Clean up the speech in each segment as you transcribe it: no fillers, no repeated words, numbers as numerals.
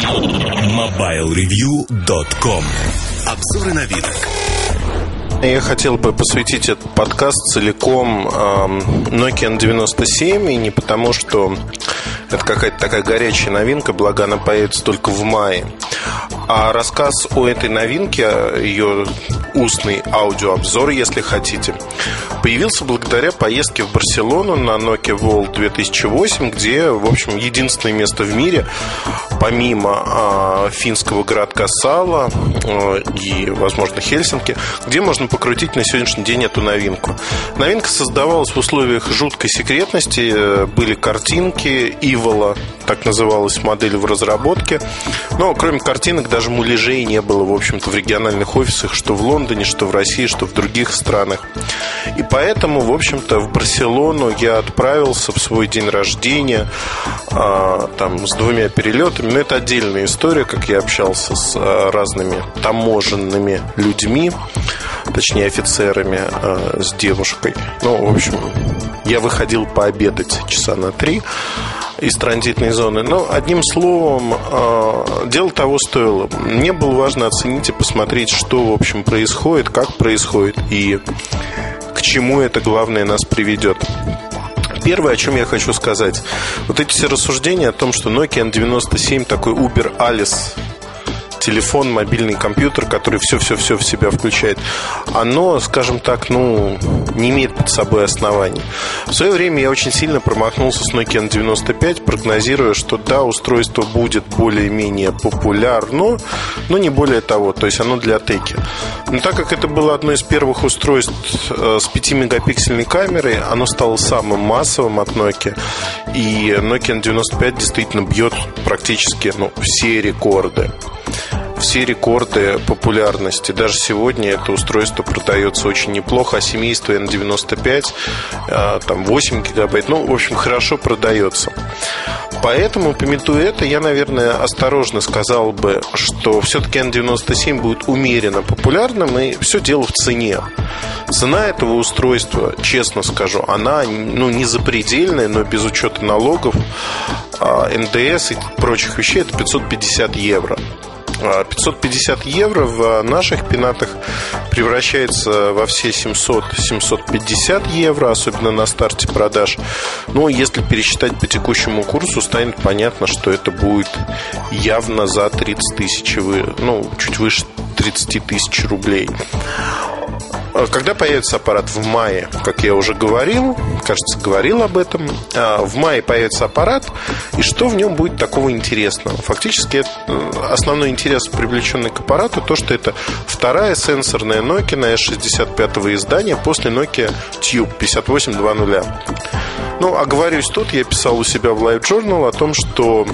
MobileReview.com. Обзоры новинок. Я хотел бы посвятить этот подкаст целиком Nokia N97. И не потому, что это какая-то такая горячая новинка, благо она появится только в мае. А рассказ о этой новинке, ее устный аудиообзор, если хотите, появился благодаря поездке в Барселону на Nokia World 2008, где, в общем, единственное место в мире, помимо финского городка Сала и, возможно, Хельсинки, где можно покрутить на сегодняшний день эту новинку. Новинка создавалась в условиях жуткой секретности. Были картинки Ивола, так называлась модель в разработке. Но кроме картинок даже муляжей не было, в общем-то, в региональных офисах, что в Лондоне, что в России, что в других странах. И поэтому, в общем-то, в Барселону я отправился в свой день рождения, там, с 2 перелетами. Но это отдельная история, как я общался с разными таможенными людьми, точнее офицерами, с девушкой. Ну, в общем, я выходил пообедать часа на 3 из транзитной зоны. Но, одним словом, дело того стоило. Мне было важно оценить и посмотреть, что, в общем, происходит, как происходит и к чему это, главное, нас приведет. Первое, о чем я хочу сказать. Вот эти все рассуждения о том, что Nokia N97 такой Uber Alice, телефон, мобильный компьютер, который все-все-все в себя включает, оно, скажем так, не имеет под собой оснований. В свое время я очень сильно промахнулся с Nokia N95, прогнозируя, что да, устройство будет более-менее популярно, но не более того, то есть оно для теки. Но так как это было одно из первых устройств с 5-мегапиксельной камерой, оно стало самым массовым от Nokia, и Nokia N95 действительно бьет практически все рекорды. Все рекорды популярности. Даже сегодня это устройство продается очень неплохо. А семейство N95, там 8 гигабайт, в общем, хорошо продается. Поэтому, памятуя это, я, наверное, осторожно сказал бы, что все-таки N97 будет умеренно популярным. И все дело в цене. Цена этого устройства, честно скажу, она не запредельная, но без учета налогов, НДС и прочих вещей, это 550 евро. 550 евро в наших пенатах превращается во все 700-750 евро, особенно на старте продаж. Но если пересчитать по текущему курсу, станет понятно, что это будет явно за 30 тысяч, чуть выше 30 тысяч рублей. Когда появится аппарат? В мае, как я уже говорил, кажется, говорил об этом. В мае появится аппарат, и что в нем будет такого интересного? Фактически, основной интерес, привлеченный к аппарату, то, что это вторая сенсорная Nokia на S65 издания после Nokia Tube 5820. Оговорюсь тут, я писал у себя в Live Journal о том, что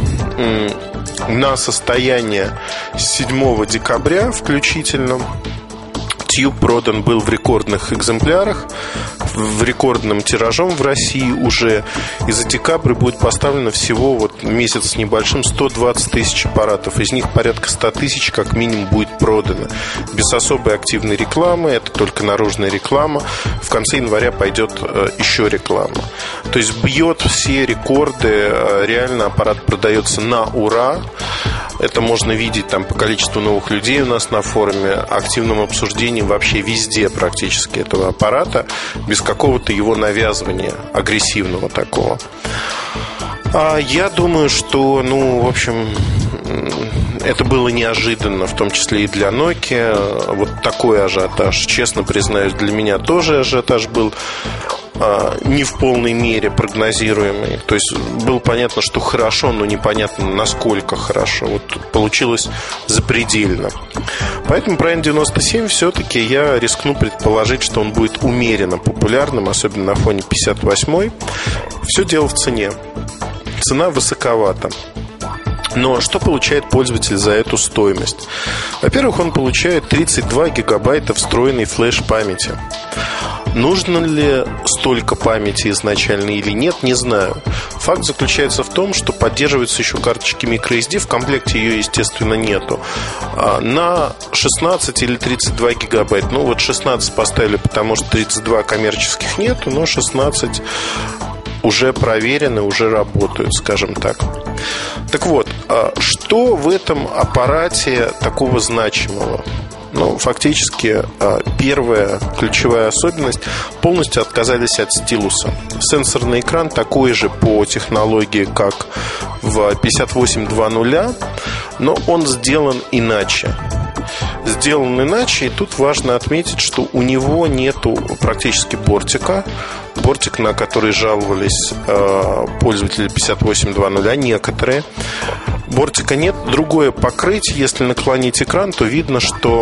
на состояние 7 декабря включительно Tube продан был в рекордных экземплярах, в рекордном тиражом в России уже. И за декабрь будет поставлено всего месяц с небольшим 120 тысяч аппаратов. Из них порядка 100 тысяч как минимум будет продано. Без особой активной рекламы, это только наружная реклама. В конце января пойдет еще реклама. То есть бьет все рекорды. Реально аппарат продается на ура. Это можно видеть по количеству новых людей у нас на форуме, активном обсуждении вообще везде практически этого аппарата, без какого-то его навязывания агрессивного такого. Я думаю, что, в общем, это было неожиданно, в том числе и для Nokia. Вот такой ажиотаж, честно признаюсь, для меня тоже ажиотаж был не в полной мере прогнозируемый. То есть было понятно, что хорошо, но непонятно, насколько хорошо. Получилось запредельно. Поэтому про N97 все-таки я рискну предположить, что он будет умеренно популярным, особенно на фоне 58-й. Все дело в цене. Цена высоковата. Но что получает пользователь за эту стоимость? Во-первых, он получает 32 гигабайта встроенной флеш-памяти. Нужно ли столько памяти изначально или нет, не знаю. Факт заключается в том, что поддерживаются еще карточки microSD. В комплекте ее, естественно, нету. На 16 или 32 гигабайт. 16 поставили, потому что 32 коммерческих нету, но 16 уже проверены, уже работают, скажем так. Так вот, Что в этом аппарате такого значимого? Фактически первая ключевая особенность: полностью отказались от стилуса. Сенсорный экран такой же по технологии, как в 5800, но он сделан иначе. И тут важно отметить, что у него нету практически бортика. Бортик, на который жаловались пользователи 5800, некоторые. Бортика нет. Другое покрытие, если наклонить экран, то видно, что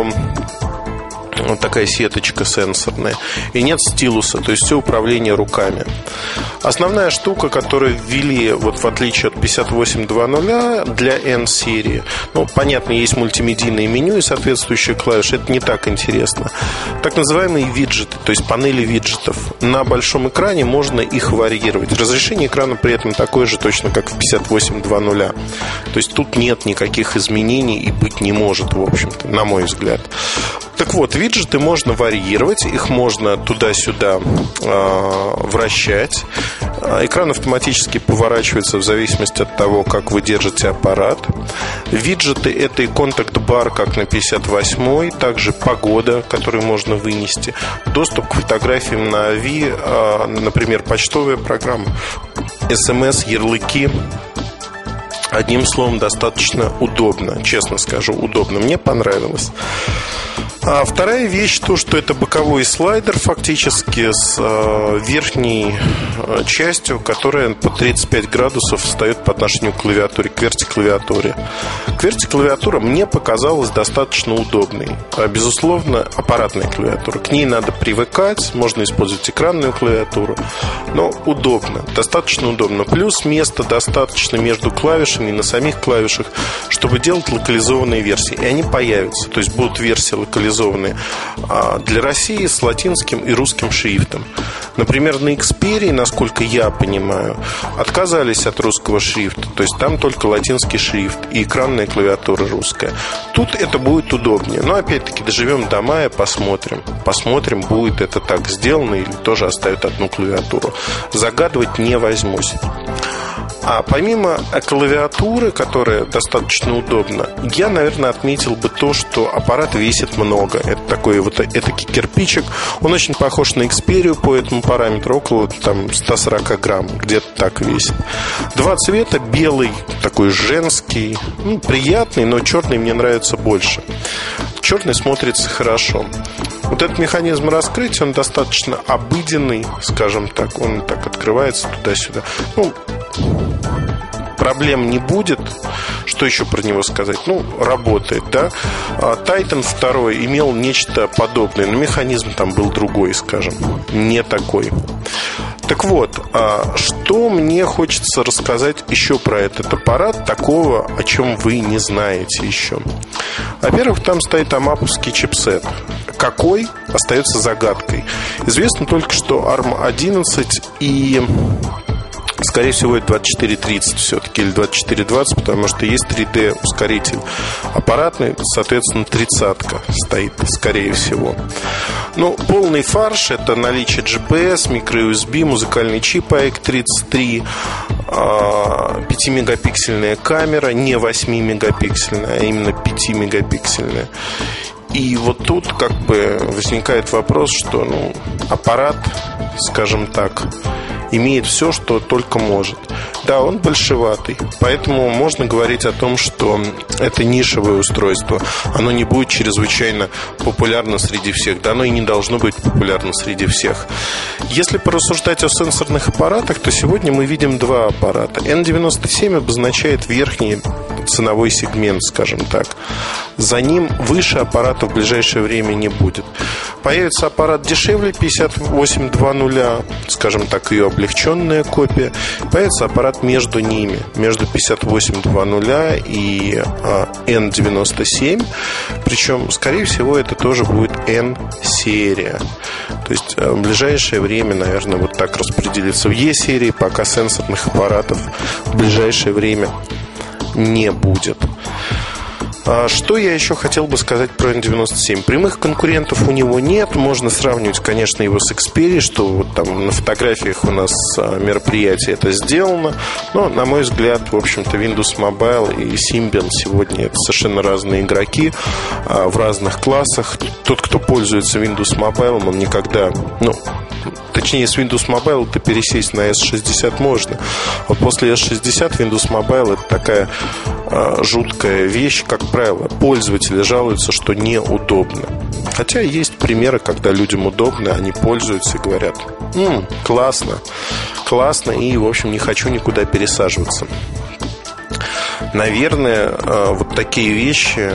вот такая сеточка сенсорная. И нет стилуса, то есть все управление руками. Основная штука, которую ввели, в отличие от 5800 для N-серии, понятно, есть мультимедийное меню и соответствующие клавиши. Это не так интересно. Так называемые виджеты, то есть панели виджетов. На большом экране можно их варьировать. Разрешение экрана при этом такое же точно, как в 5800. То есть тут нет никаких изменений и быть не может, в общем-то, на мой взгляд. Так вот, виджеты можно варьировать, их можно туда-сюда вращать. Экран автоматически поворачивается в зависимости от того, как вы держите аппарат. Виджеты — это и контакт-бар, как на 58-й, также погода, которую можно вынести, доступ к фотографиям на AVI, например, почтовая программа, СМС, ярлыки. Одним словом, достаточно удобно, честно скажу, удобно. Мне понравилось. А вторая вещь, то, что это боковой слайдер фактически с верхней частью, которая по 35 градусов встает по отношению к клавиатуре, к QWERTY-клавиатуре. QWERTY-клавиатура мне показалась достаточно удобной. Безусловно, аппаратная клавиатура. К ней надо привыкать, можно использовать экранную клавиатуру, но удобно, достаточно удобно. Плюс места достаточно между клавишами и на самих клавишах, чтобы делать локализованные версии. И они появятся, то есть будут версии локализованные для России с латинским и русским шрифтом. Например, на Xperia, насколько я понимаю, отказались от русского шрифта. То есть там только латинский шрифт и экранная клавиатура русская. Тут это будет удобнее. Но опять-таки доживем до мая, посмотрим. Посмотрим, будет это так сделано или тоже оставят одну клавиатуру. Загадывать не возьмусь. А помимо клавиатуры, которая достаточно удобна, я, наверное, отметил бы то, что аппарат весит много. Это такой этакий кирпичик. Он очень похож на Xperia по этому параметру, около 140 грамм, где-то так весит. Два цвета: белый, такой женский, приятный, но черный мне нравится больше. Черный смотрится хорошо. Вот этот механизм раскрытия, он достаточно обыденный, скажем так. Он так открывается туда-сюда. Проблем не будет. Что еще про него сказать? Работает, да. Titan 2 имел нечто подобное, но механизм там был другой, скажем, не такой. Так вот, что мне хочется рассказать еще про этот аппарат, такого, о чем вы не знаете еще. Во-первых, там стоит амаповский чипсет. Какой, остается загадкой. Известно только, что ARM11 и... Скорее всего, это 2430 все-таки, или 2420, потому что есть 3D ускоритель аппаратный, соответственно, 30-ка стоит, скорее всего. Полный фарш — это наличие GPS, microUSB, музыкальный чип AEC-33, 5-мегапиксельная камера, не 8-мегапиксельная, а именно 5-мегапиксельная. И вот тут возникает вопрос, что аппарат, скажем так, имеет все, что только может. Да, он большеватый, поэтому можно говорить о том, что это нишевое устройство. Оно не будет чрезвычайно популярно среди всех. Да, оно и не должно быть популярно среди всех. Если порассуждать о сенсорных аппаратах, то сегодня мы видим два аппарата. N97 обозначает верхний ценовой сегмент, скажем так. За ним выше аппарата в ближайшее время не будет. Появится аппарат дешевле, 5800, скажем так, ее облегченная копия. Появится аппарат между ними, между 5800 и N97. Причем, скорее всего, это тоже будет N-серия. То есть в ближайшее время, наверное, вот так распределится. В E-серии пока сенсорных аппаратов в ближайшее время не будет. Что я еще хотел бы сказать про N97? Прямых конкурентов у него нет. Можно сравнивать, конечно, его с Xperia, что вот там на фотографиях у нас мероприятие это сделано. Но, на мой взгляд, в общем-то, Windows Mobile и Symbian сегодня это совершенно разные игроки в разных классах. Тот, кто пользуется Windows Mobile, он никогда... Точнее, с Windows Mobile-то пересесть на S60 можно. Вот после S60 Windows Mobile это такая жуткая вещь, как правило. Пользователи жалуются, что неудобно. Хотя есть примеры, когда людям удобно, они пользуются и говорят: классно, классно, и, в общем, не хочу никуда пересаживаться. Наверное, вот такие вещи,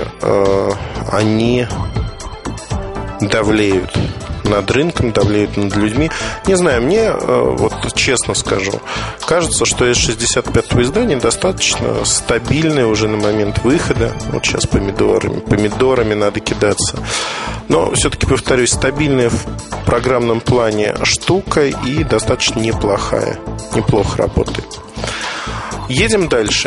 они давлеют над рынком, давлеют над людьми. Не знаю, мне, вот честно скажу, кажется, что S65 издание достаточно стабильное уже на момент выхода. Вот сейчас помидорами надо кидаться. Но все-таки, повторюсь, стабильная в программном плане штука и достаточно неплохая. Неплохо работает. Едем дальше.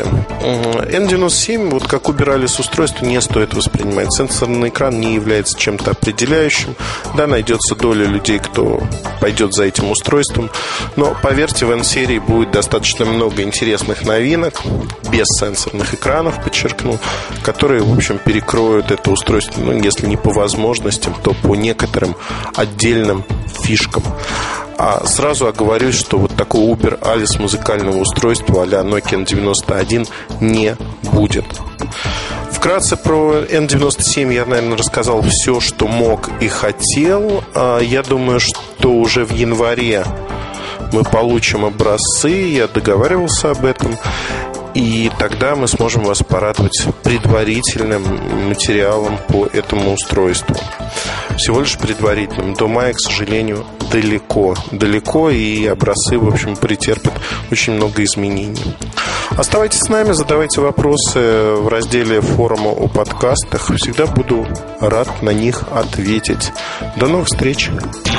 N97, вот как убирали с устройства, не стоит воспринимать. Сенсорный экран не является чем-то определяющим. Да, найдется доля людей, кто пойдет за этим устройством. Но, поверьте, в N-серии будет достаточно много интересных новинок, без сенсорных экранов, подчеркну, которые, в общем, перекроют это устройство, если не по возможностям, то по некоторым отдельным фишкам. А сразу оговорюсь, что вот такого Uber Alice музыкального устройства а-ля Nokia N91 не будет. Вкратце про N97 я, наверное, рассказал все, что мог и хотел. Я думаю, что уже в январе мы получим образцы. Я договаривался об этом. И тогда мы сможем вас порадовать предварительным материалом по этому устройству. Всего лишь предварительным. До мая, к сожалению, далеко, и образцы, в общем, претерпят очень много изменений. Оставайтесь с нами, задавайте вопросы в разделе форума о подкастах. Всегда буду рад на них ответить. До новых встреч.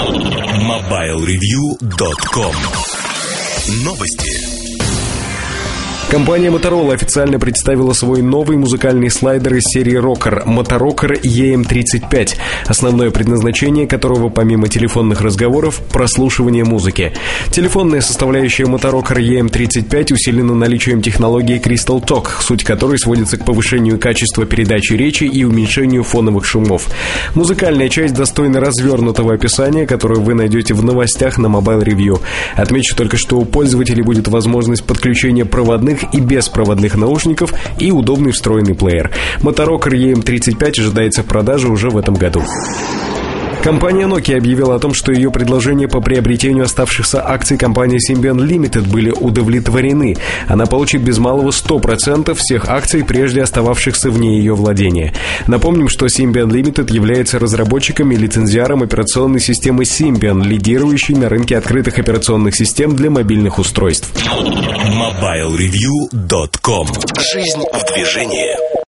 MobileReview.com. Новости. Компания Motorola официально представила свой новый музыкальный слайдер из серии Rocker Motorocker EM35, основное предназначение которого, помимо телефонных разговоров, прослушивание музыки. Телефонная составляющая Motorocker EM35 усилена наличием технологии Crystal Talk, суть которой сводится к повышению качества передачи речи и уменьшению фоновых шумов. Музыкальная часть достойна развернутого описания, которое вы найдете в новостях на Mobile Review. Отмечу только, что у пользователей будет возможность подключения проводных и беспроводных наушников и удобный встроенный плеер. Motorocker EM35 ожидается в продаже уже в этом году. Компания Nokia объявила о том, что ее предложения по приобретению оставшихся акций компании Symbian Limited были удовлетворены. Она получит без малого 100% всех акций, прежде остававшихся вне ее владения. Напомним, что Symbian Limited является разработчиком и лицензиаром операционной системы Symbian, лидирующей на рынке открытых операционных систем для мобильных устройств. MobileReview.com. Жизнь в движении.